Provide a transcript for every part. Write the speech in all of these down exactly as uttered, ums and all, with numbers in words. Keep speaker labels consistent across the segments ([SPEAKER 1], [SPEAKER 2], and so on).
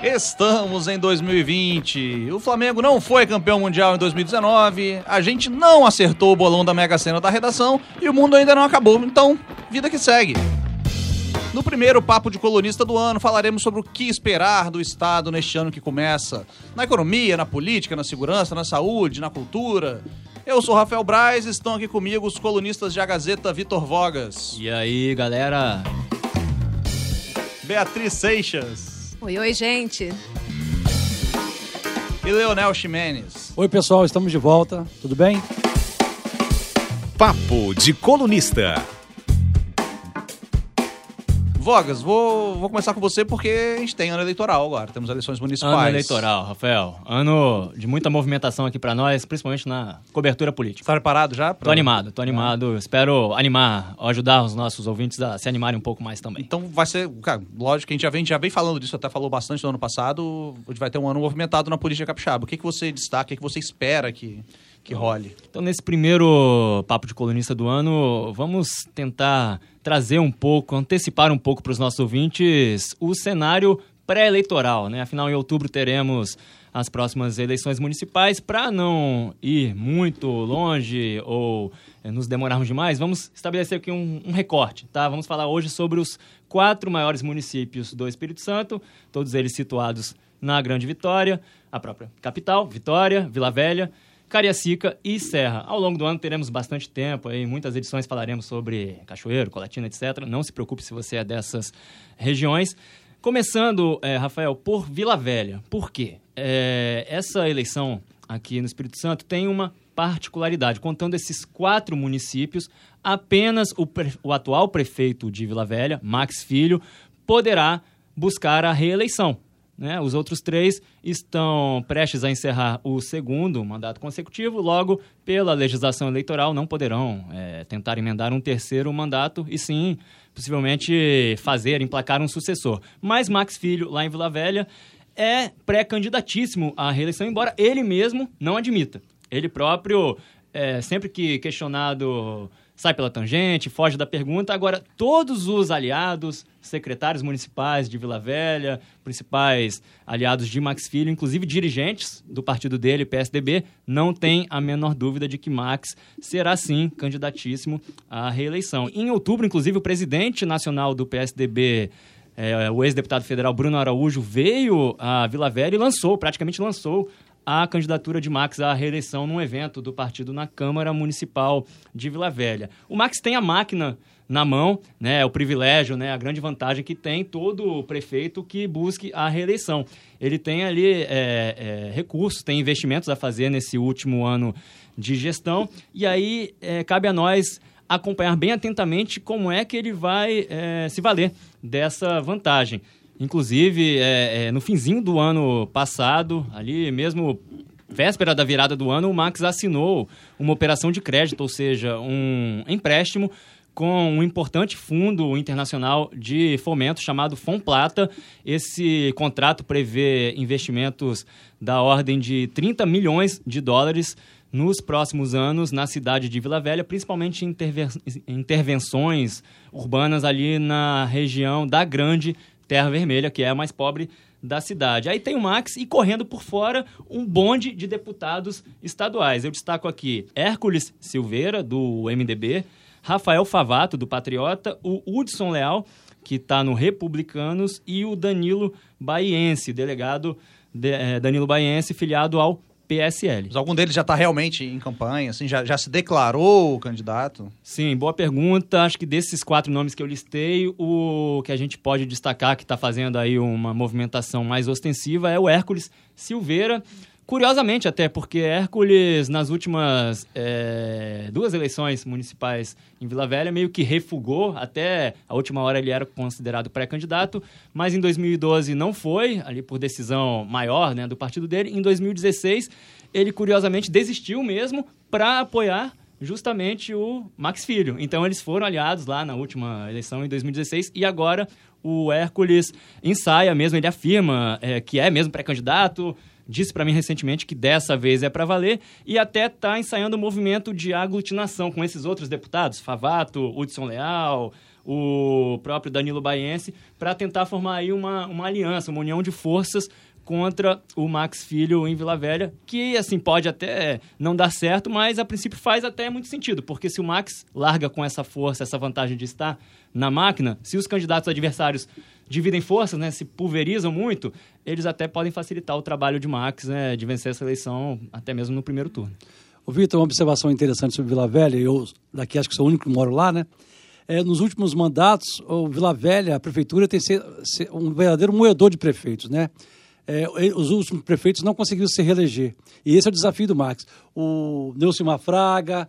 [SPEAKER 1] Estamos em dois mil e vinte, o Flamengo não foi campeão mundial em dois mil e dezenove, a gente não acertou o bolão da Mega Sena da redação e o mundo ainda não acabou, então, vida que segue. No primeiro Papo de Colunista do ano, falaremos sobre o que esperar do Estado neste ano que começa. Na economia, na política, na segurança, na saúde, na cultura. Eu sou Rafael Braz, estão aqui comigo os colunistas de A Gazeta, Vitor Vogas.
[SPEAKER 2] E aí, galera?
[SPEAKER 1] Beatriz Seixas.
[SPEAKER 3] Oi, oi, gente.
[SPEAKER 1] E Leonel Ximenes.
[SPEAKER 4] Oi, pessoal, estamos de volta. Tudo bem?
[SPEAKER 5] Papo de Colunista.
[SPEAKER 1] Vogas, vou, vou começar com você porque a gente tem ano eleitoral agora, temos eleições municipais.
[SPEAKER 2] Ano eleitoral, Rafael. Ano de muita movimentação aqui pra nós, principalmente na cobertura política.
[SPEAKER 1] Tá preparado já? Pra...
[SPEAKER 2] Tô animado, tô animado. Ah. Espero animar, ajudar os nossos ouvintes a se animarem um pouco mais também.
[SPEAKER 1] Então vai ser, cara, lógico que a gente já vem, já vem falando disso, até falou bastante no ano passado, a gente vai ter um ano movimentado na política capixaba. O que, que você destaca, o que, que você espera que... que role.
[SPEAKER 2] Então, nesse primeiro Papo de Colunista do ano, vamos tentar trazer um pouco, antecipar um pouco para os nossos ouvintes o cenário pré-eleitoral, né? Afinal, em outubro teremos as próximas eleições municipais. Para não ir muito longe ou é, nos demorarmos demais, vamos estabelecer aqui um, um recorte, tá? Vamos falar hoje sobre os quatro maiores municípios do Espírito Santo, todos eles situados na Grande Vitória, a própria capital, Vitória, Vila Velha, Cariacica e Serra. Ao longo do ano teremos bastante tempo, em muitas edições falaremos sobre Cachoeiro, Colatina, etcétera. Não se preocupe se você é dessas regiões. Começando, é, Rafael, por Vila Velha. Por quê? É, essa eleição aqui no Espírito Santo tem uma particularidade. Contando esses quatro municípios, apenas o, pre- o atual prefeito de Vila Velha, Max Filho, poderá buscar a reeleição. Né? Os outros três estão prestes a encerrar o segundo mandato consecutivo, logo, pela legislação eleitoral, não poderão é, tentar emendar um terceiro mandato e sim, possivelmente, fazer, emplacar um sucessor. Mas Max Filho, lá em Vila Velha, é pré-candidatíssimo à reeleição, embora ele mesmo não admita. Ele próprio, é, sempre que questionado, sai pela tangente, foge da pergunta. Agora, todos os aliados, secretários municipais de Vila Velha, principais aliados de Max Filho, inclusive dirigentes do partido dele, P S D B, não têm a menor dúvida de que Max será, sim, candidatíssimo à reeleição. Em outubro, inclusive, o presidente nacional do P S D B, é, o ex-deputado federal Bruno Araújo, veio a Vila Velha e lançou, praticamente lançou, a candidatura de Max à reeleição num evento do partido na Câmara Municipal de Vila Velha. O Max tem a máquina na mão, né, o privilégio, né, a grande vantagem que tem todo prefeito que busque a reeleição. Ele tem ali é, é, recursos, tem investimentos a fazer nesse último ano de gestão, e aí é, cabe a nós acompanhar bem atentamente como é que ele vai é, se valer dessa vantagem. Inclusive, é, é, no finzinho do ano passado, ali mesmo, véspera da virada do ano, o Max assinou uma operação de crédito, ou seja, um empréstimo com um importante fundo internacional de fomento chamado Fomplata. Esse contrato prevê investimentos da ordem de trinta milhões de dólares nos próximos anos na cidade de Vila Velha, principalmente interven- intervenções urbanas ali na região da Grande Terra Vermelha, que é a mais pobre da cidade. Aí tem o Max e, correndo por fora, um bonde de deputados estaduais. Eu destaco aqui Hércules Silveira, do M D B, Rafael Favato, do Patriota, o Hudson Leal, que está no Republicanos, e o Danilo Baiense, delegado de, eh, Danilo Baiense, filiado ao P S L.
[SPEAKER 1] Mas algum deles já está realmente em campanha, assim, já, já se declarou o candidato?
[SPEAKER 2] Sim, boa pergunta. Acho que desses quatro nomes que eu listei, o que a gente pode destacar que está fazendo aí uma movimentação mais ostensiva é o Hércules Silveira. Curiosamente até, porque Hércules, nas últimas é, duas eleições municipais em Vila Velha, meio que refugou, até a última hora ele era considerado pré-candidato, mas em dois mil e doze não foi, ali por decisão maior, né, do partido dele. Em dois mil e dezesseis, ele curiosamente desistiu mesmo para apoiar justamente o Max Filho. Então eles foram aliados lá na última eleição em dois mil e dezesseis e agora o Hércules ensaia mesmo, ele afirma é, que é mesmo pré-candidato, disse para mim recentemente que dessa vez é para valer e até está ensaiando um movimento de aglutinação com esses outros deputados, Favato, Hudson Leal, o próprio Danilo Baiense, para tentar formar aí uma, uma aliança, uma união de forças contra o Max Filho em Vila Velha, que, assim, pode até não dar certo, mas, a princípio, faz até muito sentido, porque se o Max larga com essa força, essa vantagem de estar na máquina, se os candidatos adversários dividem forças, né, se pulverizam muito, eles até podem facilitar o trabalho de Max, né, de vencer essa eleição, até mesmo no primeiro turno.
[SPEAKER 4] O Vitor, uma observação interessante sobre Vila Velha, eu daqui acho que sou o único que moro lá, né? É, nos últimos mandatos, o Vila Velha, a prefeitura tem que ser, ser um verdadeiro moedor de prefeitos, né? É, os últimos prefeitos não conseguiram se reeleger. E esse é o desafio do Max. O Neucimar Fraga,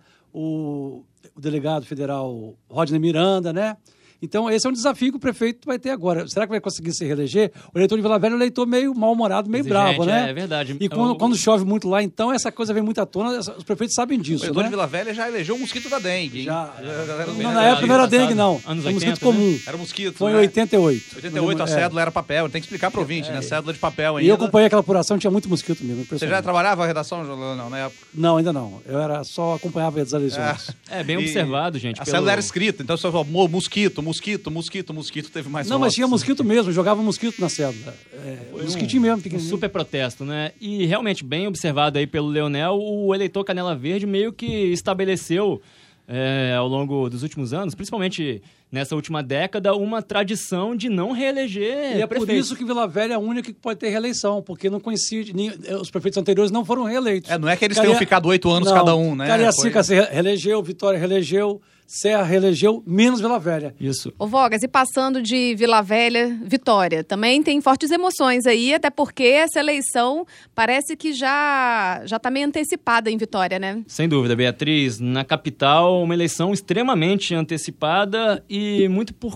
[SPEAKER 4] o, o delegado federal Rodney Miranda, né? Então, esse é um desafio que o prefeito vai ter agora. Será que vai conseguir se reeleger? O eleitor de Vila Velha é um eleitor meio mal-humorado, meio
[SPEAKER 2] Exigente,
[SPEAKER 4] bravo, né?
[SPEAKER 2] É verdade.
[SPEAKER 4] E quando,
[SPEAKER 2] Eu...
[SPEAKER 4] quando chove muito lá, então, essa coisa vem muito à tona, os prefeitos sabem disso,
[SPEAKER 1] O eleitor
[SPEAKER 4] né?
[SPEAKER 1] de Vila Velha já elegeu o mosquito da dengue, hein?
[SPEAKER 4] Já.
[SPEAKER 1] A galera
[SPEAKER 4] Não, na época não era dengue, não.
[SPEAKER 2] Anos
[SPEAKER 4] Era mosquito
[SPEAKER 2] oitenta,
[SPEAKER 4] comum.
[SPEAKER 2] né?
[SPEAKER 1] Era mosquito,
[SPEAKER 4] Foi em
[SPEAKER 1] né?
[SPEAKER 4] oitenta e oito.
[SPEAKER 1] oitenta e oito, a
[SPEAKER 4] É.
[SPEAKER 1] cédula era papel. Tem que explicar pro ouvinte, né? Cédula de papel ainda.
[SPEAKER 4] E eu acompanhei aquela apuração, tinha muito mosquito mesmo.
[SPEAKER 1] Você
[SPEAKER 4] impressionante.
[SPEAKER 1] já trabalhava a redação, não, na época?
[SPEAKER 4] Não, ainda não. Eu era só acompanhava as eleições.
[SPEAKER 2] É bem
[SPEAKER 1] E
[SPEAKER 2] observado, gente.
[SPEAKER 1] A
[SPEAKER 2] pelo-
[SPEAKER 1] cédula era escrita, então você falou mo- mosquito, mosquito, mosquito, mosquito, teve mais
[SPEAKER 4] Não, mas
[SPEAKER 1] votos.
[SPEAKER 4] tinha mosquito mesmo, jogava mosquito na cédula. É, mosquitinho mesmo,
[SPEAKER 2] Um
[SPEAKER 4] pequenininho.
[SPEAKER 2] super protesto, né? E realmente, bem observado aí pelo Leonel, o eleitor Canela Verde meio que estabeleceu é, ao longo dos últimos anos, principalmente nessa última década, uma tradição de não reeleger
[SPEAKER 4] E é por
[SPEAKER 2] prefeito.
[SPEAKER 4] isso que Vila Velha é a única que pode ter reeleição, porque não coincide, nem- os prefeitos anteriores não foram reeleitos.
[SPEAKER 1] É, não é que eles
[SPEAKER 4] Caria-
[SPEAKER 1] tenham ficado oito anos
[SPEAKER 4] Não,
[SPEAKER 1] cada um, né?
[SPEAKER 4] Cariacica
[SPEAKER 1] Foi-
[SPEAKER 4] se re- reelegeu, Vitória reelegeu, Serra reelegeu, menos Vila Velha.
[SPEAKER 2] Isso.
[SPEAKER 3] Ô Vogas, e passando de Vila Velha, Vitória, também tem fortes emoções aí, até porque essa eleição parece que já já está meio antecipada em Vitória, né?
[SPEAKER 2] Sem dúvida, Beatriz. Na capital, uma eleição extremamente antecipada e muito por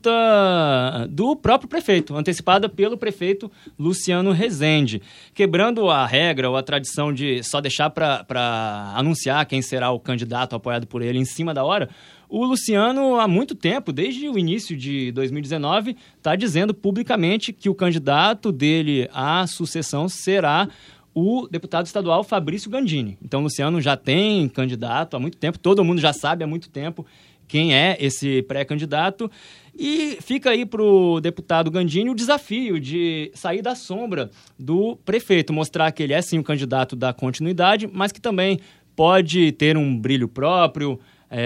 [SPEAKER 2] conta do próprio prefeito, antecipada pelo prefeito Luciano Rezende, quebrando a regra ou a tradição de só deixar para anunciar quem será o candidato apoiado por ele em cima da hora. O Luciano, há muito tempo, desde o início de dois mil e dezenove, está dizendo publicamente que o candidato dele à sucessão será o deputado estadual Fabrício Gandini. Então, o Luciano já tem candidato há muito tempo, todo mundo já sabe há muito tempo quem é esse pré-candidato. E fica aí para o deputado Gandini o desafio de sair da sombra do prefeito, mostrar que ele é sim o candidato da continuidade, mas que também pode ter um brilho próprio,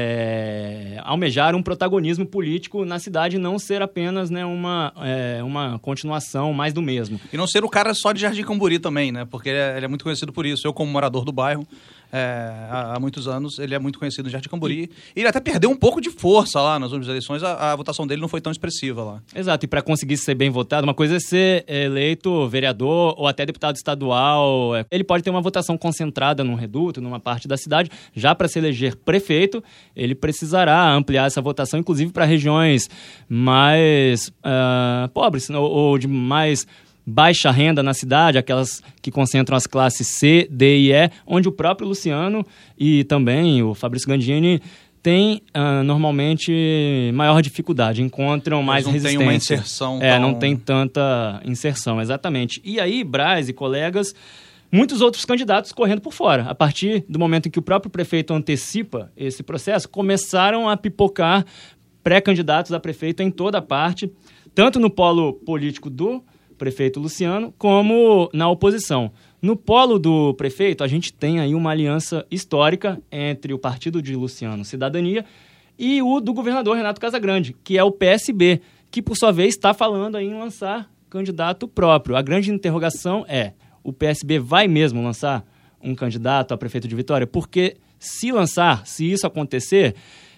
[SPEAKER 2] É, almejar um protagonismo político na cidade e não ser apenas, né, uma, é, uma continuação mais do mesmo.
[SPEAKER 1] E não ser o cara só de Jardim Camburi também, né? Porque ele é, ele é muito conhecido por isso. Eu, como morador do bairro, é, há, há muitos anos, ele é muito conhecido em Jardim Camburi. E ele até perdeu um pouco de força lá nas últimas eleições. A, a votação dele não foi tão expressiva lá.
[SPEAKER 2] Exato, e para conseguir ser bem votado, uma coisa é ser eleito vereador ou até deputado estadual. Ele pode ter uma votação concentrada num reduto, numa parte da cidade. Já para se eleger prefeito, ele precisará ampliar essa votação, inclusive para regiões mais uh, pobres ou, ou de mais baixa renda na cidade, aquelas que concentram as classes C, D e E, onde o próprio Luciano e também o Fabrício Gandini têm uh, normalmente maior dificuldade, encontram mais
[SPEAKER 1] não
[SPEAKER 2] resistência.
[SPEAKER 1] tem uma inserção
[SPEAKER 2] É,
[SPEAKER 1] tão-
[SPEAKER 2] não tem tanta inserção, exatamente. E aí, Braz e colegas, muitos outros candidatos correndo por fora. A partir do momento em que o próprio prefeito antecipa esse processo, começaram a pipocar pré-candidatos a prefeito em toda a parte, tanto no polo político do prefeito Luciano, como na oposição. No polo do prefeito, a gente tem aí uma aliança histórica entre o partido de Luciano, Cidadania, e o do governador Renato Casagrande, que é o P S B, que, por sua vez, está falando aí em lançar candidato próprio. A grande interrogação é: o P S B vai mesmo lançar um candidato a prefeito de Vitória? Porque se lançar, se isso acontecer,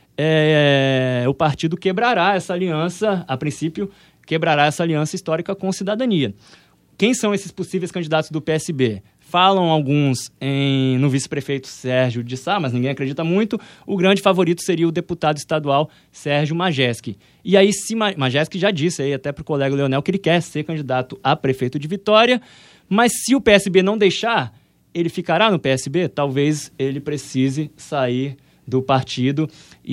[SPEAKER 2] é, o partido quebrará essa aliança, a princípio, quebrará essa aliança histórica com Cidadania. Quem são esses possíveis candidatos do P S B? Falam alguns em, no vice-prefeito Sérgio de Sá, mas ninguém acredita muito. O grande favorito seria o deputado estadual Sérgio Majeski. E aí, se Ma- Majeski já disse aí até para o colega Leonel que ele quer ser candidato a prefeito de Vitória, mas se o P S B não deixar, ele ficará no P S B? Talvez ele precise sair do partido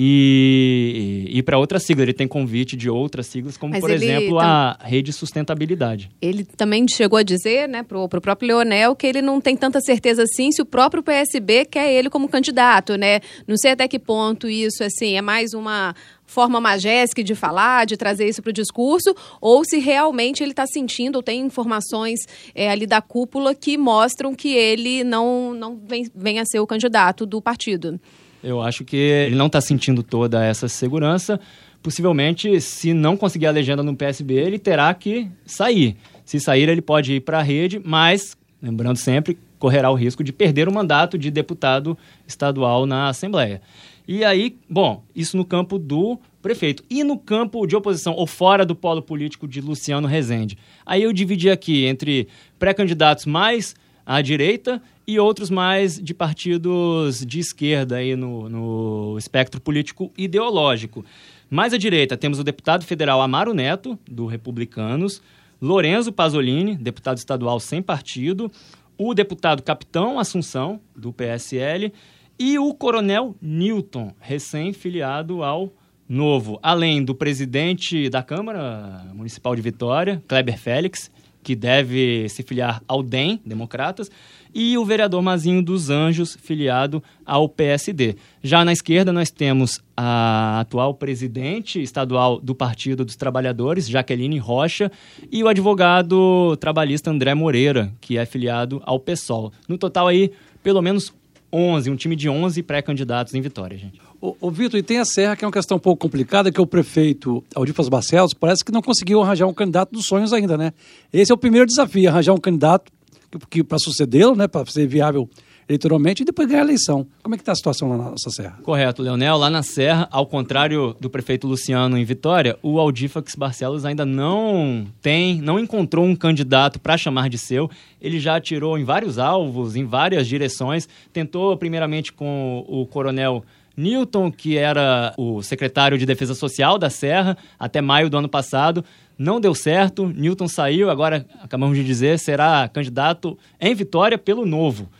[SPEAKER 2] e ir para outra sigla. Ele tem convite de outras siglas, como,
[SPEAKER 3] Mas
[SPEAKER 2] por exemplo, tam... a Rede Sustentabilidade.
[SPEAKER 3] Ele também chegou a dizer, né, pro, pro próprio Leonel, que ele não tem tanta certeza assim se o próprio P S B quer ele como candidato, né? Não sei até que ponto isso, assim, é mais uma forma magésica de falar, de trazer isso para o discurso, ou se realmente ele está sentindo, ou tem informações é, ali da cúpula que mostram que ele não, não vem, vem a ser o candidato do partido.
[SPEAKER 2] Eu acho que ele não está sentindo toda essa segurança. Possivelmente, se não conseguir a legenda no P S B, ele terá que sair. Se sair, ele pode ir para a rede, mas, lembrando sempre, correrá o risco de perder o mandato de deputado estadual na Assembleia. E aí, bom, isso no campo do prefeito. E no campo de oposição, ou fora do polo político de Luciano Rezende? Aí eu dividi aqui entre pré-candidatos mais à direita e outros mais de partidos de esquerda aí no, no espectro político ideológico. Mais à direita temos o deputado federal Amaro Neto, do Republicanos, Lorenzo Pasolini, deputado estadual sem partido, o deputado Capitão Assunção, do P S L, e o coronel Newton, recém-filiado ao Novo, além do presidente da Câmara Municipal de Vitória, Kleber Félix, que deve se filiar ao D E M, Democratas, e o vereador Mazinho dos Anjos, filiado ao P S D. Já na esquerda, nós temos a atual presidente estadual do Partido dos Trabalhadores, Jaqueline Rocha, e o advogado trabalhista André Moreira, que é filiado ao PSOL. No total, aí, pelo menos onze, um time de onze pré-candidatos em Vitória, gente.
[SPEAKER 4] Ô, ô Vitor, e tem a Serra, que é uma questão um pouco complicada, que é o prefeito Aldifas Barcelos parece que não conseguiu arranjar um candidato dos sonhos ainda, né? Esse é o primeiro desafio, arranjar um candidato que, que para sucedê-lo, né, para ser viável eleitoralmente e depois ganhar a eleição. Como é que está a situação lá na nossa Serra?
[SPEAKER 2] Correto, Leonel. Lá na Serra, ao contrário do prefeito Luciano em Vitória, o Aldífax Barcelos ainda não tem, não encontrou um candidato para chamar de seu. Ele já atirou em vários alvos, em várias direções. Tentou primeiramente com o coronel Newton, que era o secretário de Defesa Social da Serra, até maio do ano passado. Não deu certo, Newton saiu, agora, acabamos de dizer, será candidato em Vitória pelo Novo.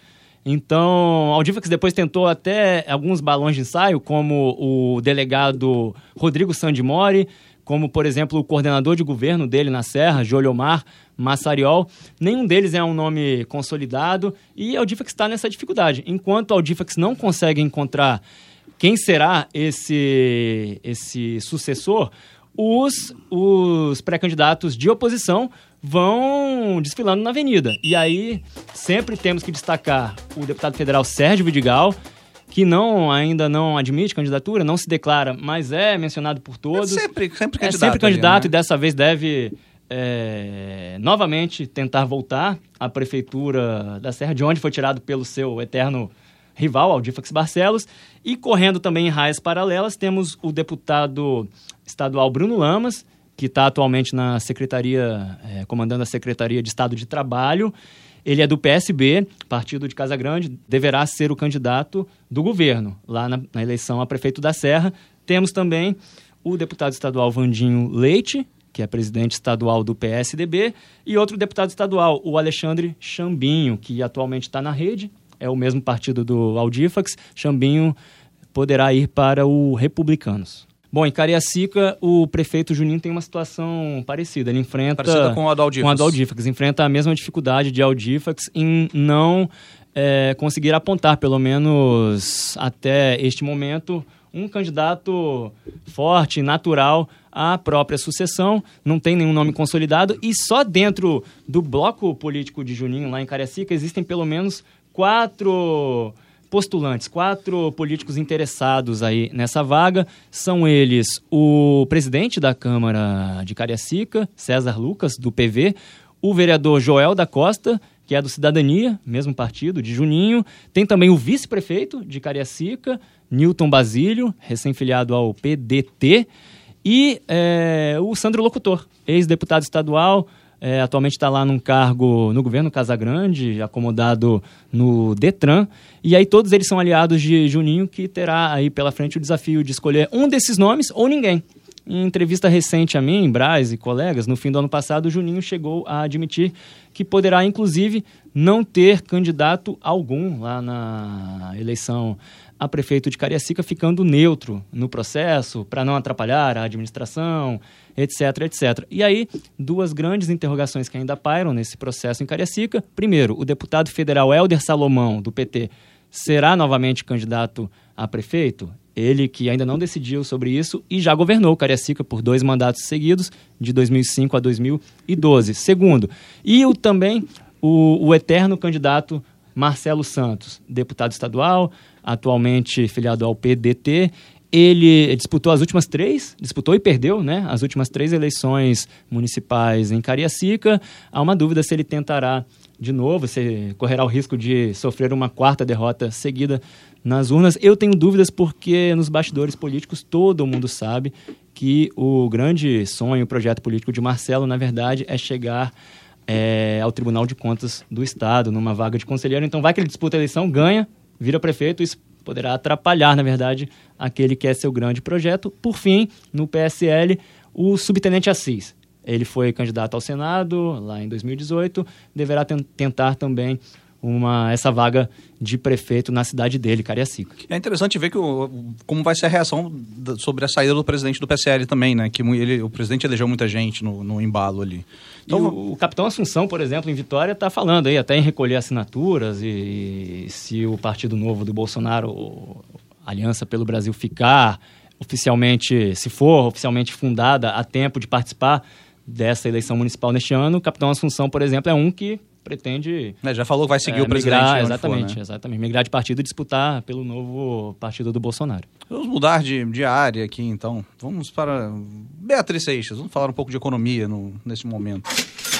[SPEAKER 2] Então, Aldífax depois tentou até alguns balões de ensaio, como o delegado Rodrigo Sandimori, como, por exemplo, o coordenador de governo dele na Serra, Joliomar Massariol. Nenhum deles é um nome consolidado e Aldífax está nessa dificuldade. Enquanto Aldífax não consegue encontrar quem será esse, esse sucessor, os, os pré-candidatos de oposição vão desfilando na avenida. E aí sempre temos que destacar o deputado federal Sérgio Vidigal, que não, ainda não admite candidatura, não se declara, mas é mencionado por todos.
[SPEAKER 1] É sempre, sempre candidato.
[SPEAKER 2] É sempre candidato
[SPEAKER 1] ali, né?
[SPEAKER 2] E dessa vez deve é, novamente tentar voltar à prefeitura da Serra, de onde foi tirado pelo seu eterno rival, Aldífax Barcelos. E correndo também em raias paralelas, temos o deputado estadual Bruno Lamas, que está atualmente na secretaria, é, comandando a Secretaria de Estado de Trabalho. Ele é do P S B, partido de Casa Grande, deverá ser o candidato do governo, lá na, na eleição a prefeito da Serra. Temos também o deputado estadual Vandinho Leite, que é presidente estadual do P S D B, e outro deputado estadual, o Alexandre Chambinho, que atualmente está na rede, é o mesmo partido do Aldífax. Chambinho poderá ir para o Republicanos. Bom, em Cariacica, o prefeito Juninho tem uma situação parecida. Ele enfrenta...
[SPEAKER 1] Parecida com a do Aldífax.
[SPEAKER 2] Com a do Aldífax. Enfrenta a mesma dificuldade de Aldífax em não é, conseguir apontar, pelo menos até este momento, um candidato forte, natural à própria sucessão. Não tem nenhum nome consolidado. E só dentro do bloco político de Juninho, lá em Cariacica, existem pelo menos quatro postulantes, quatro políticos interessados aí nessa vaga. São eles o presidente da Câmara de Cariacica, César Lucas, do P V, o vereador Joel da Costa, que é do Cidadania, mesmo partido, de Juninho. Tem também o vice-prefeito de Cariacica, Newton Basílio, recém-filiado ao P D T, e é, o Sandro Locutor, ex-deputado estadual, É, atualmente está lá num cargo no governo Casagrande, acomodado no Detran, e aí todos eles são aliados de Juninho, que terá aí pela frente o desafio de escolher um desses nomes ou ninguém. Em entrevista recente a mim, Braz e colegas, no fim do ano passado, o Juninho chegou a admitir que poderá, inclusive, não ter candidato algum lá na eleição a prefeito de Cariacica, ficando neutro no processo, para não atrapalhar a administração, etc, etcétera. E aí, duas grandes interrogações que ainda pairam nesse processo em Cariacica. Primeiro, o deputado federal Hélder Salomão, do P T, será novamente candidato a prefeito? Ele que ainda não decidiu sobre isso e já governou Cariacica por dois mandatos seguidos, de dois mil e cinco a dois mil e doze. Segundo, e o, também o, o eterno candidato Marcelo Santos, deputado estadual, atualmente filiado ao P D T. Ele disputou as últimas três, disputou e perdeu, né, as últimas três eleições municipais em Cariacica. Há uma dúvida se ele tentará de novo, se correrá o risco de sofrer uma quarta derrota seguida nas urnas. Eu tenho dúvidas porque nos bastidores políticos todo mundo sabe que o grande sonho, o projeto político de Marcelo, na verdade, é chegar é, ao Tribunal de Contas do Estado, numa vaga de conselheiro. Então vai que ele disputa a eleição, ganha, vira prefeito, isso poderá atrapalhar, na verdade, aquele que é seu grande projeto. Por fim, no P S L, o subtenente Assis. Ele foi candidato ao Senado lá em dois mil e dezoito, deverá ten- tentar também uma, essa vaga de prefeito na cidade dele, Cariacica.
[SPEAKER 1] É interessante ver que o, como vai ser a reação da, sobre a saída do presidente do P S L também, né? Que ele, o presidente elegeu muita gente no, no embalo ali.
[SPEAKER 2] Então, o, o capitão Assunção, por exemplo, em Vitória, está falando aí até em recolher assinaturas e, e se o Partido Novo do Bolsonaro, Aliança pelo Brasil, ficar oficialmente, se for oficialmente fundada a tempo de participar dessa eleição municipal neste ano, o capitão Assunção, por exemplo, é um que pretende...
[SPEAKER 1] É, já falou que vai seguir
[SPEAKER 2] é,
[SPEAKER 1] o presidente.
[SPEAKER 2] Migrar, exatamente,
[SPEAKER 1] for, né?
[SPEAKER 2] exatamente. Migrar de partido e disputar pelo novo partido do Bolsonaro.
[SPEAKER 1] Vamos mudar de, de área aqui, então. Vamos para Beatriz Seixas. Vamos falar um pouco de economia no, nesse momento.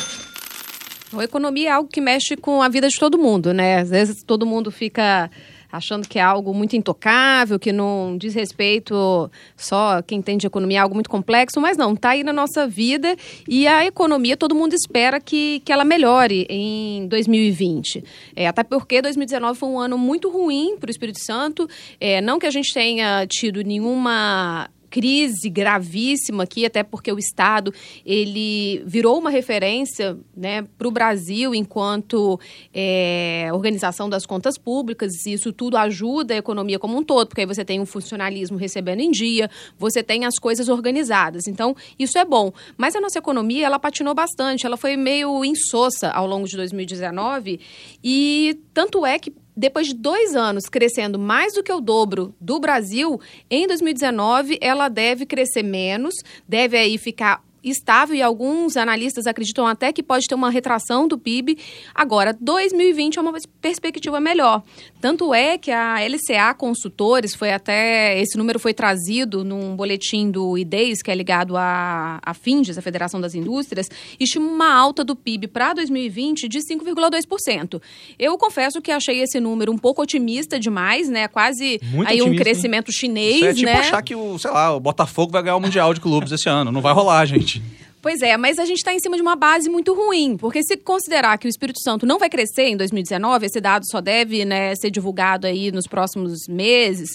[SPEAKER 3] A economia é algo que mexe com a vida de todo mundo, né? Às vezes todo mundo fica achando que é algo muito intocável, que não diz respeito só quem entende de economia, é algo muito complexo, mas não, está aí na nossa vida e a economia todo mundo espera que, que ela melhore em dois mil e vinte. É, até porque dois mil e dezenove foi um ano muito ruim para o Espírito Santo, é, não que a gente tenha tido nenhuma crise gravíssima aqui, até porque o Estado ele virou uma referência, né, para o Brasil enquanto é, organização das contas públicas, e isso tudo ajuda a economia como um todo, porque aí você tem um funcionalismo recebendo em dia, você tem as coisas organizadas, então isso é bom. Mas a nossa economia, ela patinou bastante, ela foi meio insossa ao longo de dois mil e dezenove, e tanto é que depois de dois anos crescendo mais do que o dobro do Brasil, em dois mil e dezenove ela deve crescer menos, deve aí ficar estável e alguns analistas acreditam até que pode ter uma retração do P I B. Agora, dois mil e vinte é uma perspectiva melhor. Tanto é que a L C A Consultores, foi até, esse número foi trazido num boletim do I D E S, que é ligado à, à Finges, a Federação das Indústrias, estima uma alta do P I B para dois mil e vinte de cinco vírgula dois por cento. Eu confesso que achei esse número um pouco otimista demais, né? Quase
[SPEAKER 2] Muito
[SPEAKER 3] aí um
[SPEAKER 2] otimista,
[SPEAKER 3] crescimento chinês,
[SPEAKER 1] Isso é tipo
[SPEAKER 3] né?
[SPEAKER 1] achar que o, sei lá, o Botafogo vai ganhar o Mundial de Clubes esse ano. Não vai rolar, gente.
[SPEAKER 3] Pois é, mas a gente está em cima de uma base muito ruim, porque se considerar que o Espírito Santo não vai crescer em dois mil e dezenove, esse dado só deve, né, ser divulgado aí nos próximos meses,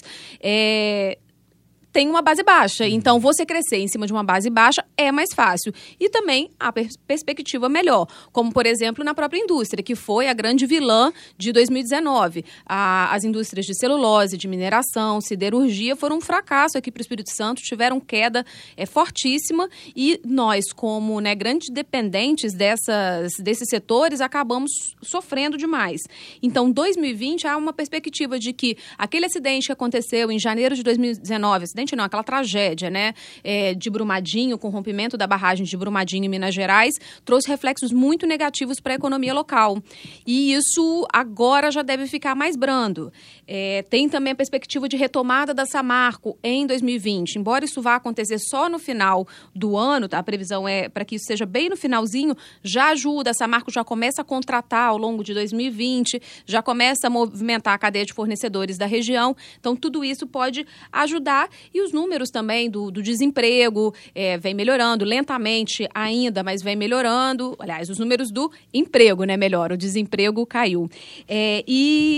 [SPEAKER 3] é... tem uma base baixa. Então, você crescer em cima de uma base baixa é mais fácil. E também a pers- perspectiva melhor. Como, por exemplo, na própria indústria, que foi a grande vilã de dois mil e dezenove. A, as indústrias de celulose, de mineração, siderurgia foram um fracasso aqui para o Espírito Santo, tiveram queda é, fortíssima e nós, como, né, grandes dependentes dessas, desses setores, acabamos sofrendo demais. Então, dois mil e vinte há uma perspectiva de que aquele acidente que aconteceu em janeiro de dois mil e dezenove, acidente não, aquela tragédia, né, é, de Brumadinho, com o rompimento da barragem de Brumadinho em Minas Gerais, trouxe reflexos muito negativos para a economia local. E isso agora já deve ficar mais brando. É, tem também a perspectiva de retomada da Samarco em dois mil e vinte. Embora isso vá acontecer só no final do ano, tá? A previsão é para que isso seja bem no finalzinho, já ajuda, a Samarco já começa a contratar ao longo de dois mil e vinte, já começa a movimentar a cadeia de fornecedores da região. Então, tudo isso pode ajudar. E os números também do, do desemprego é, vem melhorando, lentamente ainda, mas vem melhorando. Aliás, os números do emprego, né, melhor, o desemprego caiu. É,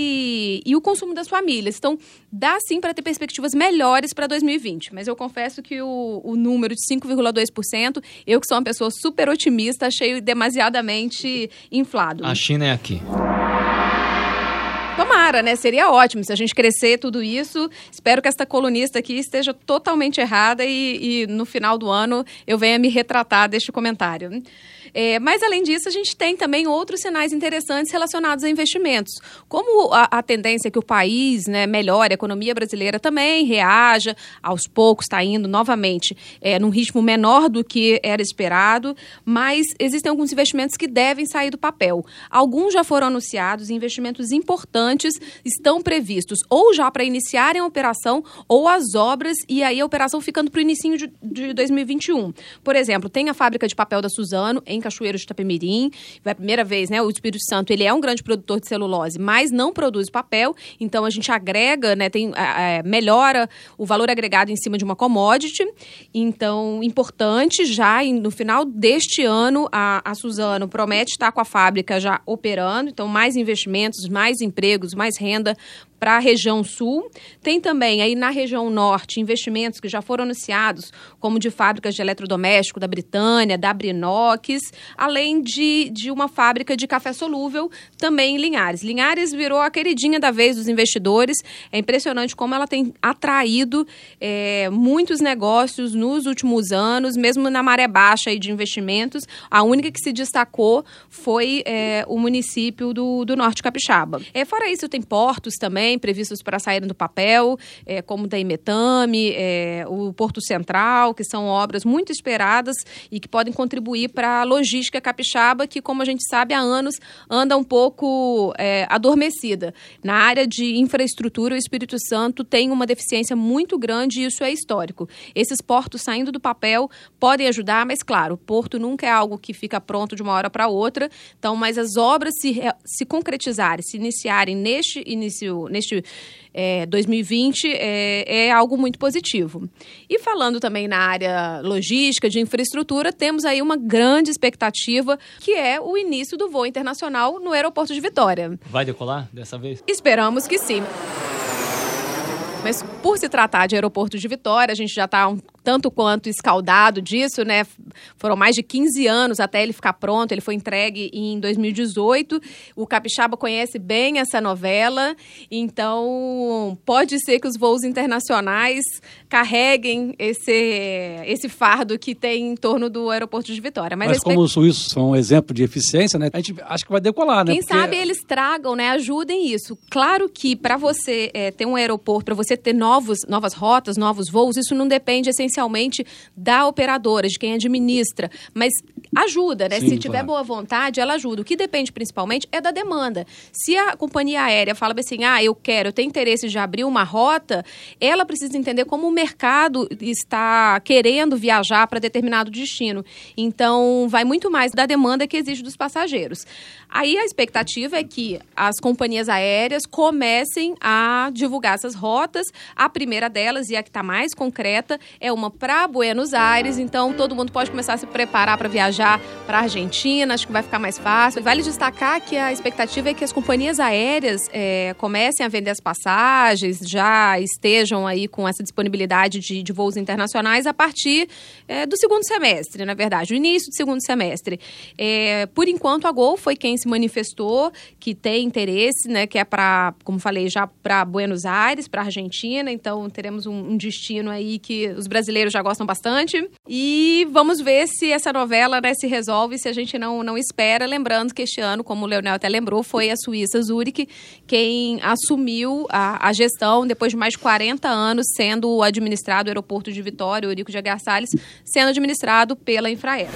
[SPEAKER 3] e, e o consumo das famílias. Então, dá sim para ter perspectivas melhores para dois mil e vinte, mas eu confesso que o, o número de cinco vírgula dois por cento, eu que sou uma pessoa super otimista, achei demasiadamente inflado.
[SPEAKER 2] A China é aqui.
[SPEAKER 3] Tomara. Tomara, né? Seria ótimo se a gente crescer tudo isso. Espero que esta colunista aqui esteja totalmente errada e, e no final do ano eu venha me retratar deste comentário. É, mas, além disso, a gente tem também outros sinais interessantes relacionados a investimentos. Como a, a tendência é que o país, né, melhore, a economia brasileira também reaja, aos poucos está indo novamente é, num ritmo menor do que era esperado, mas existem alguns investimentos que devem sair do papel. Alguns já foram anunciados, investimentos importantes estão previstos, ou já para iniciarem a operação, ou as obras, e aí a operação ficando para o início de, de dois mil e vinte e um. Por exemplo, tem a fábrica de papel da Suzano, em Cachoeiro de Itapemirim. Vai a primeira vez, né? O Espírito Santo, ele é um grande produtor de celulose, mas não produz papel, então a gente agrega, né? Tem, é, melhora o valor agregado em cima de uma commodity. Então, importante, já no final deste ano, a, a Suzano promete estar com a fábrica já operando, então mais investimentos, mais empregos, mais renda para a região sul. Tem também aí na região norte investimentos que já foram anunciados, como de fábricas de eletrodoméstico da Britânia, da Brinox, além de, de uma fábrica de café solúvel também em Linhares. Linhares virou a queridinha da vez dos investidores. É impressionante como ela tem atraído é, muitos negócios nos últimos anos, mesmo na maré baixa aí de investimentos. A única que se destacou foi é, o município do, do Norte Capixaba. É, fora isso, tem portos também previstos para saírem do papel, é, como o da Imetame, é, o Porto Central, que são obras muito esperadas e que podem contribuir para a logística capixaba, que, como a gente sabe, há anos anda um pouco é, adormecida. Na área de infraestrutura, o Espírito Santo tem uma deficiência muito grande e isso é histórico. Esses portos saindo do papel podem ajudar, mas, claro, o porto nunca é algo que fica pronto de uma hora para outra. Então, mas as obras se, se concretizarem, se iniciarem neste início, neste é, dois mil e vinte, é, é algo muito positivo. E falando também na área logística, de infraestrutura, temos aí uma grande expectativa, que é o início do voo internacional no aeroporto de Vitória.
[SPEAKER 2] Vai decolar dessa vez?
[SPEAKER 3] Esperamos que sim. Mas por se tratar de aeroporto de Vitória, a gente já está um tanto quanto escaldado disso, né? Foram mais de quinze anos até ele ficar pronto, ele foi entregue em dois mil e dezoito. O Capixaba conhece bem essa novela, então pode ser que os voos internacionais carreguem esse, esse fardo que tem em torno do aeroporto de Vitória. Mas,
[SPEAKER 4] Mas como os suíços são um exemplo de eficiência, né? A gente acha que vai decolar, né?
[SPEAKER 3] Quem
[SPEAKER 4] Porque...
[SPEAKER 3] sabe eles tragam, né? Ajudem isso. Claro que para você é, ter um aeroporto, para você ter novos, novas rotas, novos voos, isso não depende essencialmente da operadora, de quem administra, mas ajuda, né?
[SPEAKER 4] Sim,
[SPEAKER 3] se tiver
[SPEAKER 4] claro.
[SPEAKER 3] boa vontade, ela ajuda. O que depende principalmente é da demanda. Se a companhia aérea fala assim, ah, eu quero, eu tenho interesse de abrir uma rota, ela precisa entender como o mercado está querendo viajar para determinado destino. Então, vai muito mais da demanda que exige dos passageiros. Aí a expectativa é que as companhias aéreas comecem a divulgar essas rotas. A primeira delas, e a que está mais concreta, é uma para Buenos Aires. Então, todo mundo pode começar a se preparar para viajar para a Argentina. Acho que vai ficar mais fácil. Vale destacar que a expectativa é que as companhias aéreas é, comecem a vender as passagens, já estejam aí com essa disponibilidade de, de voos internacionais a partir é, do segundo semestre, na verdade, o início do segundo semestre. É, por enquanto, a Gol foi quem se manifestou que tem interesse, né, que é para, como falei, já para Buenos Aires, para a Argentina. Então, teremos um, um destino aí que os brasileiros já gostam bastante. E vamos ver se essa novela, né, se resolve, se a gente não, não espera. Lembrando que este ano, como o Leonel até lembrou, foi a Suíça Zurich quem assumiu a, a gestão depois de mais de quarenta anos sendo administrado o aeroporto de Vitória, o Eurico de Aguiar Salles, sendo administrado pela Infraero.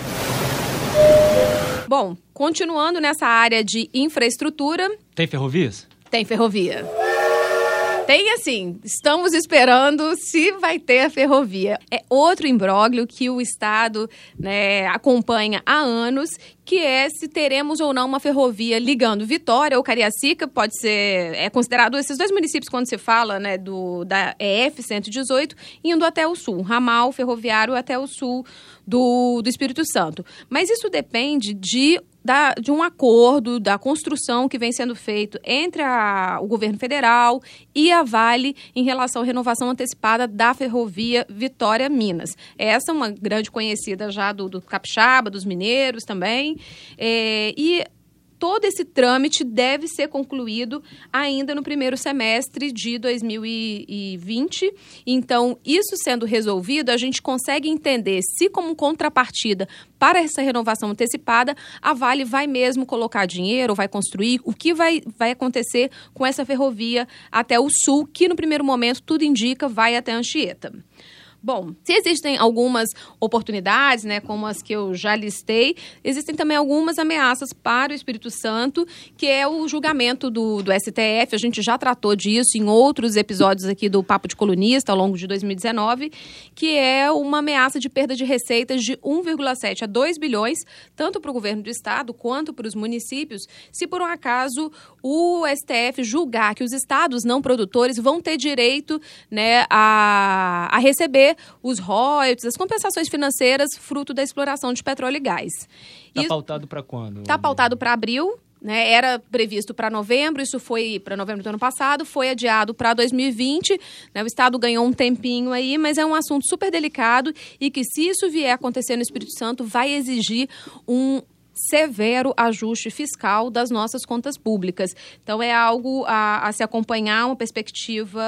[SPEAKER 3] Bom, continuando nessa área de infraestrutura...
[SPEAKER 2] Tem ferrovias?
[SPEAKER 3] Tem ferrovia. Tem assim, estamos esperando se vai ter a ferrovia. É outro imbróglio que o Estado, né, acompanha há anos, que é se teremos ou não uma ferrovia ligando Vitória ou Cariacica, pode ser, é considerado esses dois municípios quando se fala, né, do, da E F cento e dezoito, indo até o sul, ramal ferroviário até o sul do, do Espírito Santo. Mas isso depende de... Da, de um acordo, da construção que vem sendo feito entre a, o governo federal e a Vale em relação à renovação antecipada da ferrovia Vitória-Minas. Essa é uma grande conhecida já do, do Capixaba, dos mineiros também. É, e todo esse trâmite deve ser concluído ainda no primeiro semestre de dois mil e vinte. Então, isso sendo resolvido, a gente consegue entender se, como contrapartida para essa renovação antecipada, a Vale vai mesmo colocar dinheiro, vai construir, o que vai, vai acontecer com essa ferrovia até o sul, que no primeiro momento, tudo indica, vai até Anchieta. Bom, se existem algumas oportunidades, né, como as que eu já listei, existem também algumas ameaças para o Espírito Santo, que é o julgamento do, do S T F. A gente já tratou disso em outros episódios aqui do Papo de Colunista, ao longo de dois mil e dezenove, que é uma ameaça de perda de receitas de um vírgula sete a dois bilhões, tanto para o governo do estado quanto para os municípios, se por um acaso o S T F julgar que os estados não produtores vão ter direito, né, a, a receber os royalties, as compensações financeiras fruto da exploração de petróleo e gás.
[SPEAKER 2] Está pautado para quando?
[SPEAKER 3] Está pautado para abril, né? Era previsto para novembro, isso foi para novembro do ano passado, foi adiado para dois mil e vinte, né? O Estado ganhou um tempinho aí, mas é um assunto super delicado e que, se isso vier a acontecer no Espírito Santo, vai exigir um severo ajuste fiscal das nossas contas públicas. Então, é algo a, a se acompanhar, uma perspectiva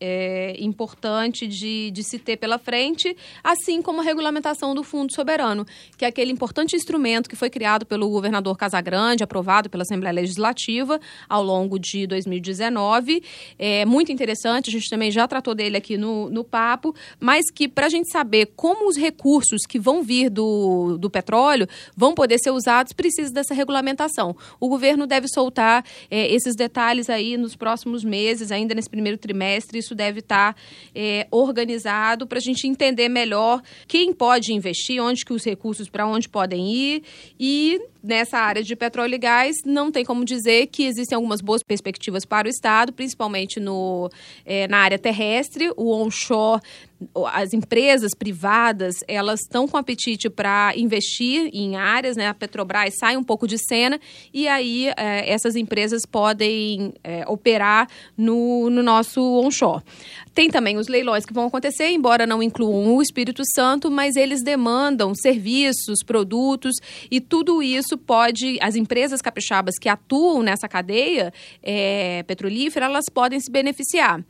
[SPEAKER 3] é, importante de, de se ter pela frente, assim como a regulamentação do Fundo Soberano, que é aquele importante instrumento que foi criado pelo governador Casagrande, aprovado pela Assembleia Legislativa ao longo de dois mil e dezenove. É muito interessante, a gente também já tratou dele aqui no, no papo, mas que, para a gente saber como os recursos que vão vir do, do petróleo vão poder ser usados, precisa dessa regulamentação. O governo deve soltar é, esses detalhes aí nos próximos meses, ainda nesse primeiro trimestre. Isso deve estar é, organizado para a gente entender melhor quem pode investir, onde que os recursos, para onde podem ir. E nessa área de petróleo e gás, não tem como dizer que existem algumas boas perspectivas para o Estado, principalmente no, é, na área terrestre. O onshore, as empresas privadas, elas estão com apetite para investir em áreas, né? A Petrobras sai um pouco de cena e aí é, essas empresas podem é, operar no, no nosso onshore. Tem também os leilões que vão acontecer, embora não incluam o Espírito Santo, mas eles demandam serviços, produtos, e tudo isso pode, as empresas capixabas que atuam nessa cadeia é, petrolífera, elas podem se beneficiar.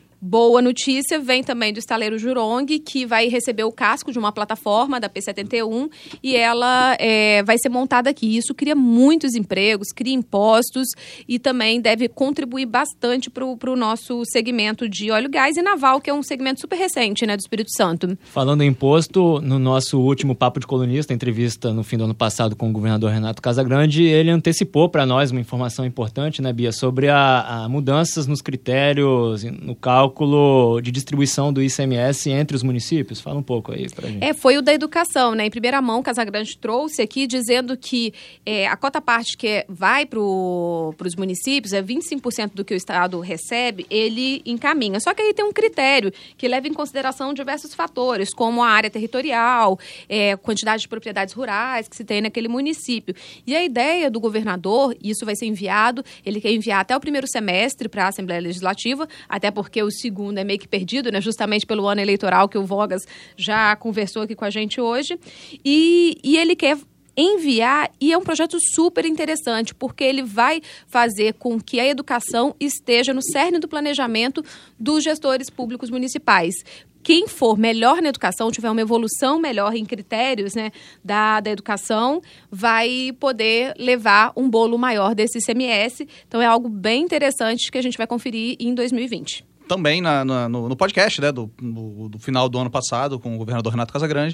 [SPEAKER 3] Boa notícia vem também do estaleiro Jurong, que vai receber o casco de uma plataforma da P setenta e um e ela é, vai ser montada aqui. Isso cria muitos empregos, cria impostos e também deve contribuir bastante para o nosso segmento de óleo, gás e naval, que é um segmento super recente, né, do Espírito Santo.
[SPEAKER 2] Falando em imposto, no nosso último Papo de Colunista, entrevista no fim do ano passado com o governador Renato Casagrande, ele antecipou para nós uma informação importante, né, Bia, sobre a, a mudanças nos critérios, no cálculo de distribuição do I C M S entre os municípios. Fala um pouco aí pra gente.
[SPEAKER 3] É, foi o da educação, né? Em primeira mão, Casagrande trouxe aqui dizendo que é, a cota parte que vai para os municípios, é vinte e cinco por cento do que o Estado recebe, ele encaminha. Só que aí tem um critério que leva em consideração diversos fatores, como a área territorial, é, quantidade de propriedades rurais que se tem naquele município. E a ideia do governador, isso vai ser enviado, ele quer enviar até o primeiro semestre para a Assembleia Legislativa, até porque o segundo é meio que perdido, né? Justamente pelo ano eleitoral que o Vogas já conversou aqui com a gente hoje. E, e ele quer enviar, e é um projeto super interessante, porque ele vai fazer com que a educação esteja no cerne do planejamento dos gestores públicos municipais. Quem for melhor na educação, tiver uma evolução melhor em critérios, né, da, da educação, vai poder levar um bolo maior desse I C M S. Então, é algo bem interessante que a gente vai conferir em dois mil e vinte.
[SPEAKER 1] Também na, na, no, no podcast, né, do, do, do final do ano passado, com o governador Renato Casagrande,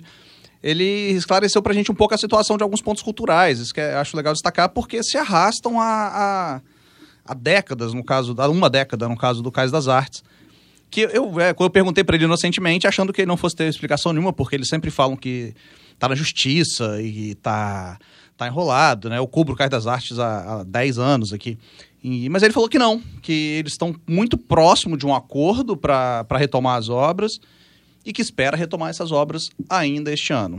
[SPEAKER 1] ele esclareceu pra gente um pouco a situação de alguns pontos culturais. Isso que eu acho legal destacar, porque se arrastam há, há, há décadas, no caso, há uma década, no caso do Cais das Artes. Que eu, é, quando eu perguntei para ele inocentemente, achando que ele não fosse ter explicação nenhuma, porque eles sempre falam que tá na justiça e tá, tá enrolado, né? Eu cubro o Cais das Artes há, há dez anos aqui. E, mas ele falou que não, que eles estão muito próximo de um acordo para retomar as obras e que espera retomar essas obras ainda este ano.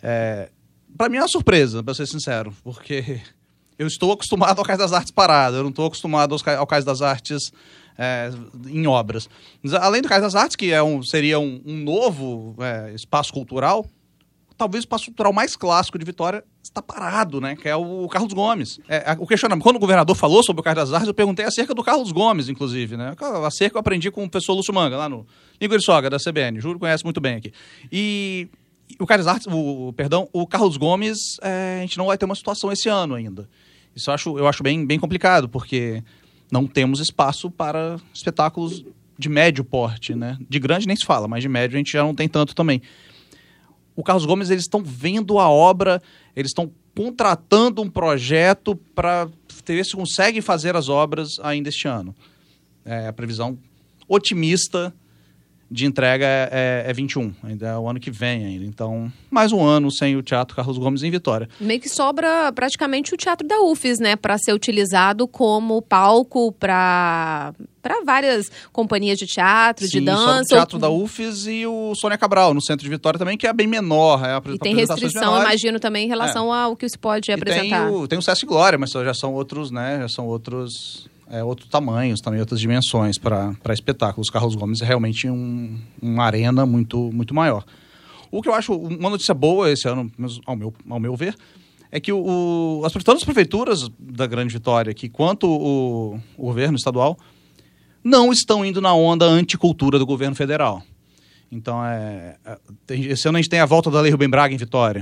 [SPEAKER 1] É, para mim é uma surpresa, para ser sincero, porque eu estou acostumado ao Cais das Artes parado, eu não estou acostumado aos, ao Cais das Artes é, em obras. Mas, além do Cais das Artes, que é um, seria um, um novo é, espaço cultural, talvez o espaço cultural mais clássico de Vitória está parado, né? Que é o Carlos Gomes. É, o questionamento, quando o governador falou sobre o Cais das Artes, eu perguntei acerca do Carlos Gomes, inclusive, né? Acerca eu aprendi com o professor Lúcio Manga, lá no Língua de Sogra, da C B N. Júlio conhece muito bem aqui. E o Cais das Artes, o, perdão, o Carlos Gomes, é, a gente não vai ter uma situação esse ano ainda. Isso eu acho, eu acho bem, bem complicado, porque não temos espaço para espetáculos de médio porte, né? De grande nem se fala, mas de médio a gente já não tem tanto também. O Carlos Gomes, eles estão vendo a obra, eles estão contratando um projeto para ver se conseguem fazer as obras ainda este ano. É, a previsão otimista de entrega é, é vinte e um, ainda é o ano que vem ainda. Então, mais um ano sem o Teatro Carlos Gomes em Vitória.
[SPEAKER 3] Meio que sobra praticamente o Teatro da U F E S, né, para ser utilizado como palco para para várias companhias de teatro,
[SPEAKER 1] Sim,
[SPEAKER 3] de dança.
[SPEAKER 1] O Teatro ou... da U F E S e o Sônia Cabral, no centro de Vitória também, que é bem menor. É a,
[SPEAKER 3] e tem restrição, menores. Imagino, também em relação é. ao que se pode e apresentar.
[SPEAKER 1] Tem o, tem o Sesc Glória, mas já são outros, né, já são outros... É, outros tamanhos, também outras dimensões para espetáculos. Carlos Gomes é realmente um, uma arena muito, muito maior. O que eu acho uma notícia boa esse ano, ao meu, ao meu ver, é que o, o, as, tanto as prefeituras da Grande Vitória aqui, quanto o, o governo estadual não estão indo na onda anticultura do governo federal. Então, é, é, tem, esse ano a gente tem a volta da Lei Rubem Braga em Vitória.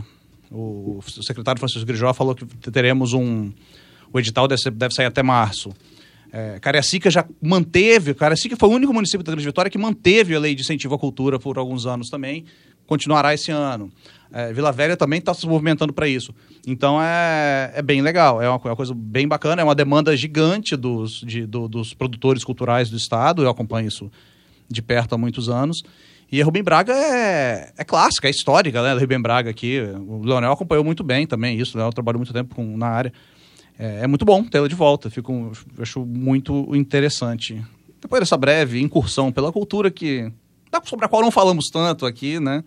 [SPEAKER 1] O, o secretário Francisco Grijó falou que teremos um... O edital deve, deve sair até março. É, Cariacica já manteve, Cariacica foi o único município da Grande Vitória que manteve a lei de incentivo à cultura por alguns anos também, continuará esse ano. É, Vila Velha também está se movimentando para isso. Então é, é bem legal, é uma, é uma coisa bem bacana, é uma demanda gigante dos, de, do, dos produtores culturais do estado, eu acompanho isso de perto há muitos anos. E a Rubem Braga é, é clássica, é histórica, né? A Rubem Braga aqui, o Leonel acompanhou muito bem também isso, o Leonel trabalhou muito tempo com, na área. É, é muito bom tê-la de volta, fico, acho muito interessante. Depois dessa breve incursão pela cultura, que, sobre a qual não falamos tanto aqui, né?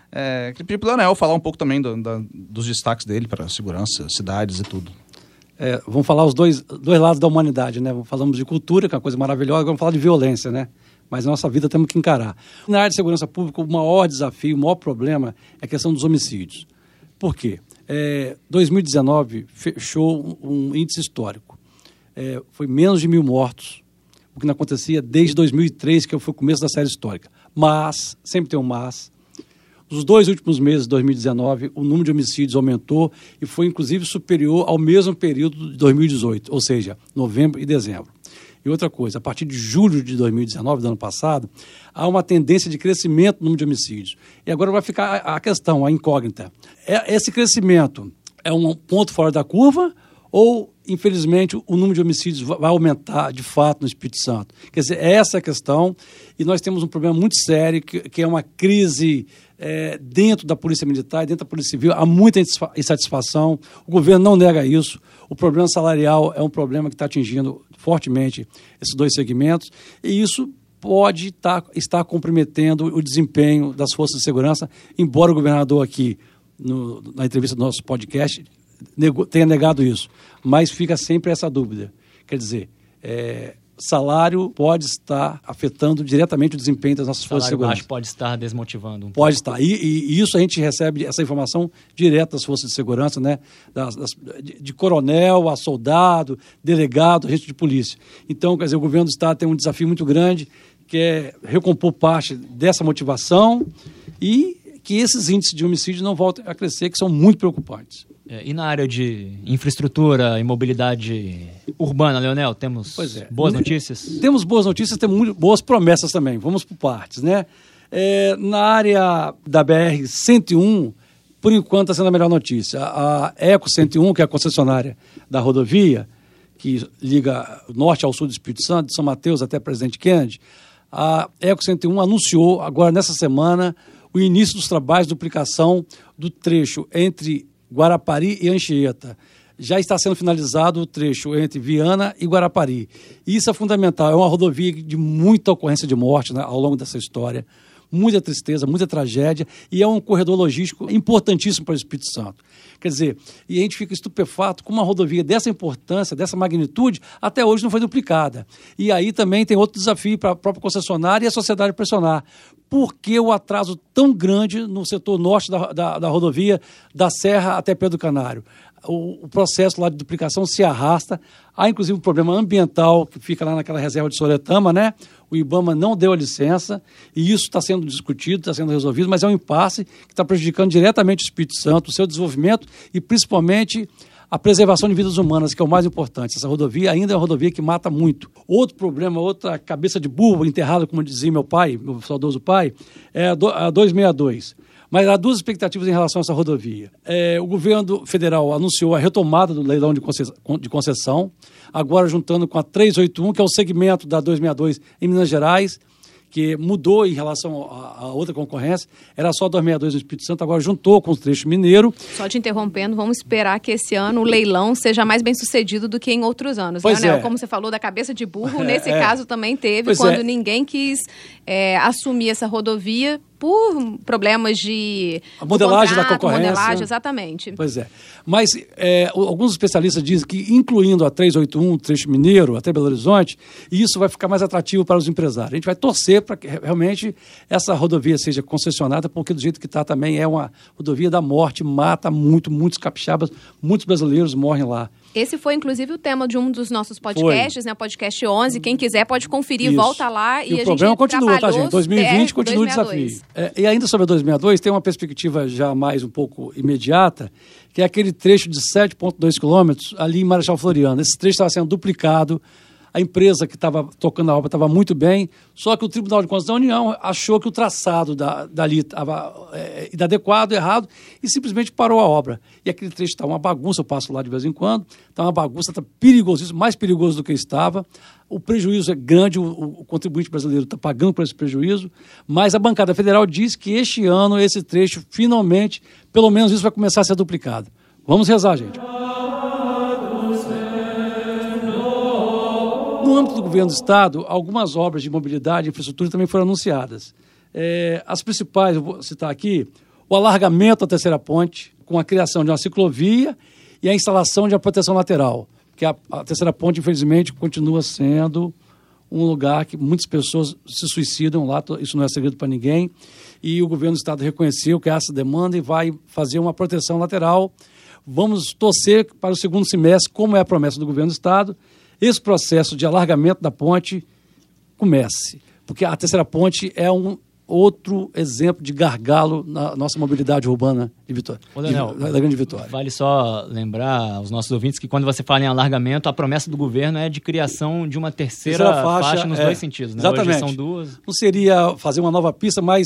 [SPEAKER 1] É, queria pedir para o Leonel falar um pouco também do, da, dos destaques dele para a segurança, cidades e tudo.
[SPEAKER 4] É, vamos falar os dois, dois lados da humanidade, né? Falamos de cultura, que é uma coisa maravilhosa, agora vamos falar de violência, né? Mas na nossa vida temos que encarar. Na área de segurança pública, o maior desafio, o maior problema é a questão dos homicídios. Por quê? É, dois mil e dezenove fechou um, um índice histórico. É, foi menos de mil mortos, o que não acontecia desde dois mil e três, que foi o começo da série histórica. Mas, sempre tem um mas, nos dois últimos meses de dois mil e dezenove, o número de homicídios aumentou e foi, inclusive, superior ao mesmo período de dois mil e dezoito, ou seja, novembro e dezembro. E outra coisa, a partir de julho de dois mil e dezenove, do ano passado, há uma tendência de crescimento no número de homicídios. E agora vai ficar a questão, a incógnita. Esse crescimento é um ponto fora da curva ou, infelizmente, o número de homicídios vai aumentar, de fato, no Espírito Santo? Quer dizer, essa é a questão. E nós temos um problema muito sério, que, que é uma crise é, dentro da Polícia Militar, dentro da Polícia Civil. Há muita insatisfação. O governo não nega isso. O problema salarial é um problema que está atingindo fortemente esses dois segmentos. E isso pode tá, estar comprometendo o desempenho das forças de segurança, embora o governador aqui, no, na entrevista do nosso podcast, nego, tenha negado isso. Mas fica sempre essa dúvida. Quer dizer, é, salário pode estar afetando diretamente o desempenho das nossas forças de segurança.
[SPEAKER 2] Baixo pode estar desmotivando um
[SPEAKER 4] Pode
[SPEAKER 2] pouco.
[SPEAKER 4] estar. E, e, e isso a gente recebe, essa informação direta das forças de segurança, né? Das, das, de, de coronel a soldado, delegado, agente de polícia. Então, quer dizer, o governo do estado tem um desafio muito grande, que é recompor parte dessa motivação e que esses índices de homicídio não voltem a crescer, que são muito preocupantes.
[SPEAKER 2] É, e na área de infraestrutura e mobilidade urbana, Leonel, temos
[SPEAKER 4] é.
[SPEAKER 2] boas notícias?
[SPEAKER 4] Temos boas notícias, temos muito boas promessas também. Vamos por partes, né? É, na área da B R cento e um, por enquanto está sendo a melhor notícia. A Eco cento e um, que é a concessionária da rodovia, que liga norte ao sul do Espírito Santo, de São Mateus até Presidente Kennedy, a Eco cento e um anunciou agora nessa semana o início dos trabalhos de duplicação do trecho entre Guarapari e Anchieta. Já está sendo finalizado o trecho entre Viana e Guarapari. Isso é fundamental, é uma rodovia de muita ocorrência de morte, né, ao longo dessa história. muita tristeza, muita tragédia, e é um corredor logístico importantíssimo para o Espírito Santo. Quer dizer, e a gente fica estupefato com uma rodovia dessa importância, dessa magnitude, até hoje não foi duplicada. E aí também tem outro desafio para a própria concessionária e a sociedade pressionar. Por que o atraso tão grande no setor norte da, da, da rodovia, da Serra até Pedro Canário? O, o processo lá de duplicação se arrasta. Há, inclusive, um problema ambiental que fica lá naquela reserva de Soretama, né? O IBAMA não deu a licença e isso está sendo discutido, está sendo resolvido, mas é um impasse que está prejudicando diretamente o Espírito Santo, o seu desenvolvimento e, principalmente, a preservação de vidas humanas, que é o mais importante. Essa rodovia ainda é uma rodovia que mata muito. Outro problema, outra cabeça de burro enterrada, como dizia meu pai, meu saudoso pai, é a duzentos e sessenta e dois. Mas há duas expectativas em relação a essa rodovia. É, o governo federal anunciou a retomada do leilão de concessão, agora juntando com a trezentos e oitenta e um, que é o segmento da duzentos e sessenta e dois em Minas Gerais, que mudou em relação a, a outra concorrência. Era só duzentos e sessenta e dois no Espírito Santo, agora juntou com os trechos mineiro.
[SPEAKER 3] Só te interrompendo, vamos esperar que esse ano o leilão seja mais bem sucedido do que em outros anos.
[SPEAKER 4] Pois
[SPEAKER 3] né,
[SPEAKER 4] é.
[SPEAKER 3] Como você falou da cabeça de burro,
[SPEAKER 4] É,
[SPEAKER 3] nesse
[SPEAKER 4] é.
[SPEAKER 3] caso também teve,
[SPEAKER 4] Pois
[SPEAKER 3] quando
[SPEAKER 4] é.
[SPEAKER 3] ninguém quis é, assumir essa rodovia por problemas de...
[SPEAKER 4] A modelagem
[SPEAKER 3] do contrato,
[SPEAKER 4] da concorrência.
[SPEAKER 3] Modelagem, exatamente.
[SPEAKER 4] Pois é. Mas é, o- alguns especialistas dizem que, incluindo a trezentos e oitenta e um, o trecho mineiro, até Belo Horizonte, isso vai ficar mais atrativo para os empresários. A gente vai torcer para que re- realmente essa rodovia seja concessionada, porque do jeito que está também é uma rodovia da morte, mata muito, muitos capixabas, muitos brasileiros morrem lá.
[SPEAKER 3] Esse foi, inclusive, o tema de um dos nossos podcasts, né? Podcast onze. Quem quiser pode conferir,
[SPEAKER 4] Isso.
[SPEAKER 3] volta lá.
[SPEAKER 4] E,
[SPEAKER 3] E,
[SPEAKER 4] o
[SPEAKER 3] a
[SPEAKER 4] problema
[SPEAKER 3] gente
[SPEAKER 4] continua, tá,
[SPEAKER 3] trabalhou
[SPEAKER 4] gente? dois mil e vinte
[SPEAKER 3] é,
[SPEAKER 4] continua o
[SPEAKER 3] duzentos e sessenta e dois.
[SPEAKER 4] desafio. É, e ainda sobre a duzentos e sessenta e dois, tem uma perspectiva já mais um pouco imediata, que é aquele trecho de sete vírgula dois quilômetros ali em Marechal Floriano. Esse trecho estava sendo duplicado, a empresa que estava tocando a obra estava muito bem, só que o Tribunal de Contas da União achou que o traçado da, dali estava é, inadequado, errado, e simplesmente parou a obra. E aquele trecho está uma bagunça, eu passo lá de vez em quando, está uma bagunça, está perigosíssimo, mais perigoso do que estava. O prejuízo é grande, o, o contribuinte brasileiro está pagando por esse prejuízo, mas a bancada federal diz que este ano esse trecho, finalmente, pelo menos isso vai começar a ser duplicado. Vamos rezar, gente. No âmbito do governo do Estado, algumas obras de mobilidade e infraestrutura também foram anunciadas. É, as principais, eu vou citar aqui, o alargamento da terceira ponte, com a criação de uma ciclovia e a instalação de uma proteção lateral, porque a, a terceira ponte, infelizmente, continua sendo um lugar que muitas pessoas se suicidam lá, isso não é segredo para ninguém, e o governo do Estado reconheceu que há essa demanda e vai fazer uma proteção lateral. Vamos torcer para o segundo semestre, como é a promessa do governo do Estado, esse processo de alargamento da ponte comece, porque a terceira ponte é um outro exemplo de gargalo na nossa mobilidade urbana de Vitória,
[SPEAKER 2] Ô, Leonel,
[SPEAKER 4] de, da Grande Vitória.
[SPEAKER 2] Vale só lembrar aos nossos ouvintes que quando você fala em alargamento, a promessa do governo é de criação de uma terceira,
[SPEAKER 4] Terceira
[SPEAKER 2] faixa,
[SPEAKER 4] faixa,
[SPEAKER 2] nos
[SPEAKER 4] é,
[SPEAKER 2] dois sentidos. Né?
[SPEAKER 4] exatamente.
[SPEAKER 2] Hoje são duas.
[SPEAKER 4] Não seria fazer uma nova pista, mas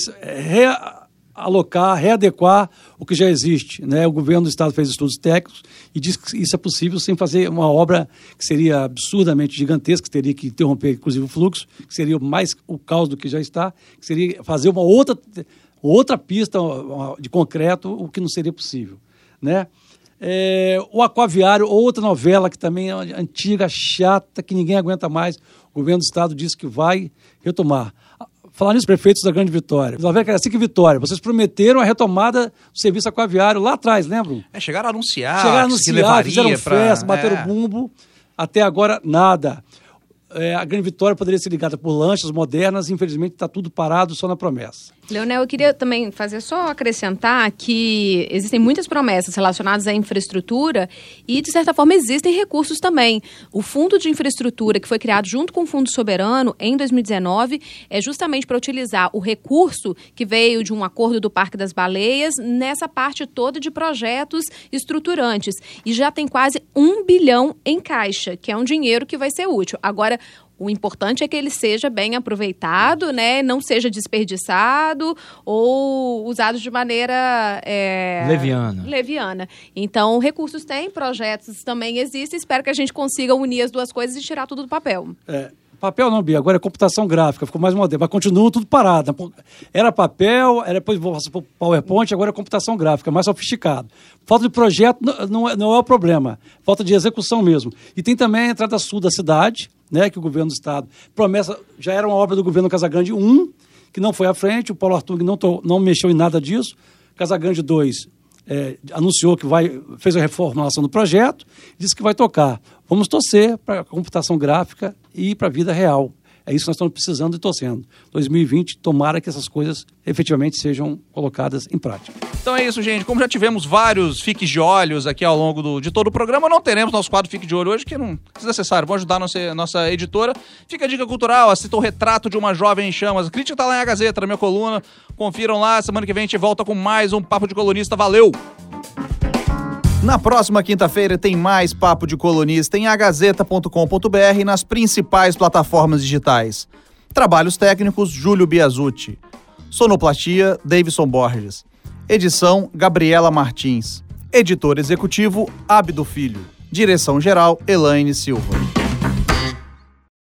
[SPEAKER 4] realocar, readequar o que já existe, né? O governo do Estado fez estudos técnicos e diz que isso é possível sem fazer uma obra que seria absurdamente gigantesca, que teria que interromper, inclusive, o fluxo, que seria mais o caos do que já está, que seria fazer uma outra, outra pista de concreto, o que não seria possível, né? É, o aquaviário, outra novela que também é antiga, chata, que ninguém aguenta mais. O governo do Estado disse que vai retomar. Falar nisso, prefeitos da Grande Vitória. Vila Velha, Caracica e Vitória, vocês prometeram a retomada do serviço aquaviário lá atrás, lembram?
[SPEAKER 1] É, chegaram a anunciar.
[SPEAKER 4] Chegaram a
[SPEAKER 1] que
[SPEAKER 4] anunciar,
[SPEAKER 1] levaria
[SPEAKER 4] fizeram
[SPEAKER 1] pra-
[SPEAKER 4] festa, bateram
[SPEAKER 1] é.
[SPEAKER 4] bumbo. Até agora, nada. É, a Grande Vitória poderia ser ligada por lanchas modernas, infelizmente está tudo parado só na promessa.
[SPEAKER 3] Leonel, eu queria também fazer só acrescentar que existem muitas promessas relacionadas à infraestrutura e, de certa forma, existem recursos também. O Fundo de Infraestrutura, que foi criado junto com o Fundo Soberano em dois mil e dezenove, é justamente para utilizar o recurso que veio de um acordo do Parque das Baleias nessa parte toda de projetos estruturantes. E já tem quase um bilhão em caixa, que é um dinheiro que vai ser útil. Agora, o importante é que ele seja bem aproveitado, né? Não seja desperdiçado ou usado de maneira... é,
[SPEAKER 2] Leviana.
[SPEAKER 3] Leviana. Então, recursos tem, projetos também existem. Espero que a gente consiga unir as duas coisas e tirar tudo do papel.
[SPEAKER 4] É, papel não, Bia, agora é computação gráfica, ficou mais moderno, mas continua tudo parado. Era papel, era depois para PowerPoint, agora é computação gráfica, mais sofisticado. Falta de projeto não, não, é, não é o problema, falta de execução mesmo. E tem também a entrada sul da cidade, né, que o governo do Estado, promessa, já era uma obra do governo Casagrande um, que não foi à frente, o Paulo Artung não, to, não mexeu em nada disso, Casagrande dois é, anunciou que vai, fez a reformulação do projeto, disse que vai tocar. Vamos torcer para a computação gráfica e para a vida real. É isso que nós estamos precisando e torcendo. dois mil e vinte, tomara que essas coisas efetivamente sejam colocadas em prática.
[SPEAKER 1] Então é isso, gente. Como já tivemos vários fiques de olhos aqui ao longo do, de todo o programa, não teremos nosso quadro Fique de Olho hoje, que não é desnecessário. Vamos ajudar a nossa, nossa editora. Fica a dica cultural, assista o Retrato de uma Jovem em Chamas. A crítica tá lá na Gazeta, na minha coluna. Confiram lá. Semana que vem a gente volta com mais um Papo de Colunista. Valeu! Na próxima quinta-feira tem mais Papo de Colunista em a gazeta ponto com ponto b r e nas principais plataformas digitais. Trabalhos técnicos, Júlio Biasucci. Sonoplastia, Davidson Borges. Edição, Gabriela Martins. Editor executivo, Abdo Filho. Direção-geral, Elaine Silva.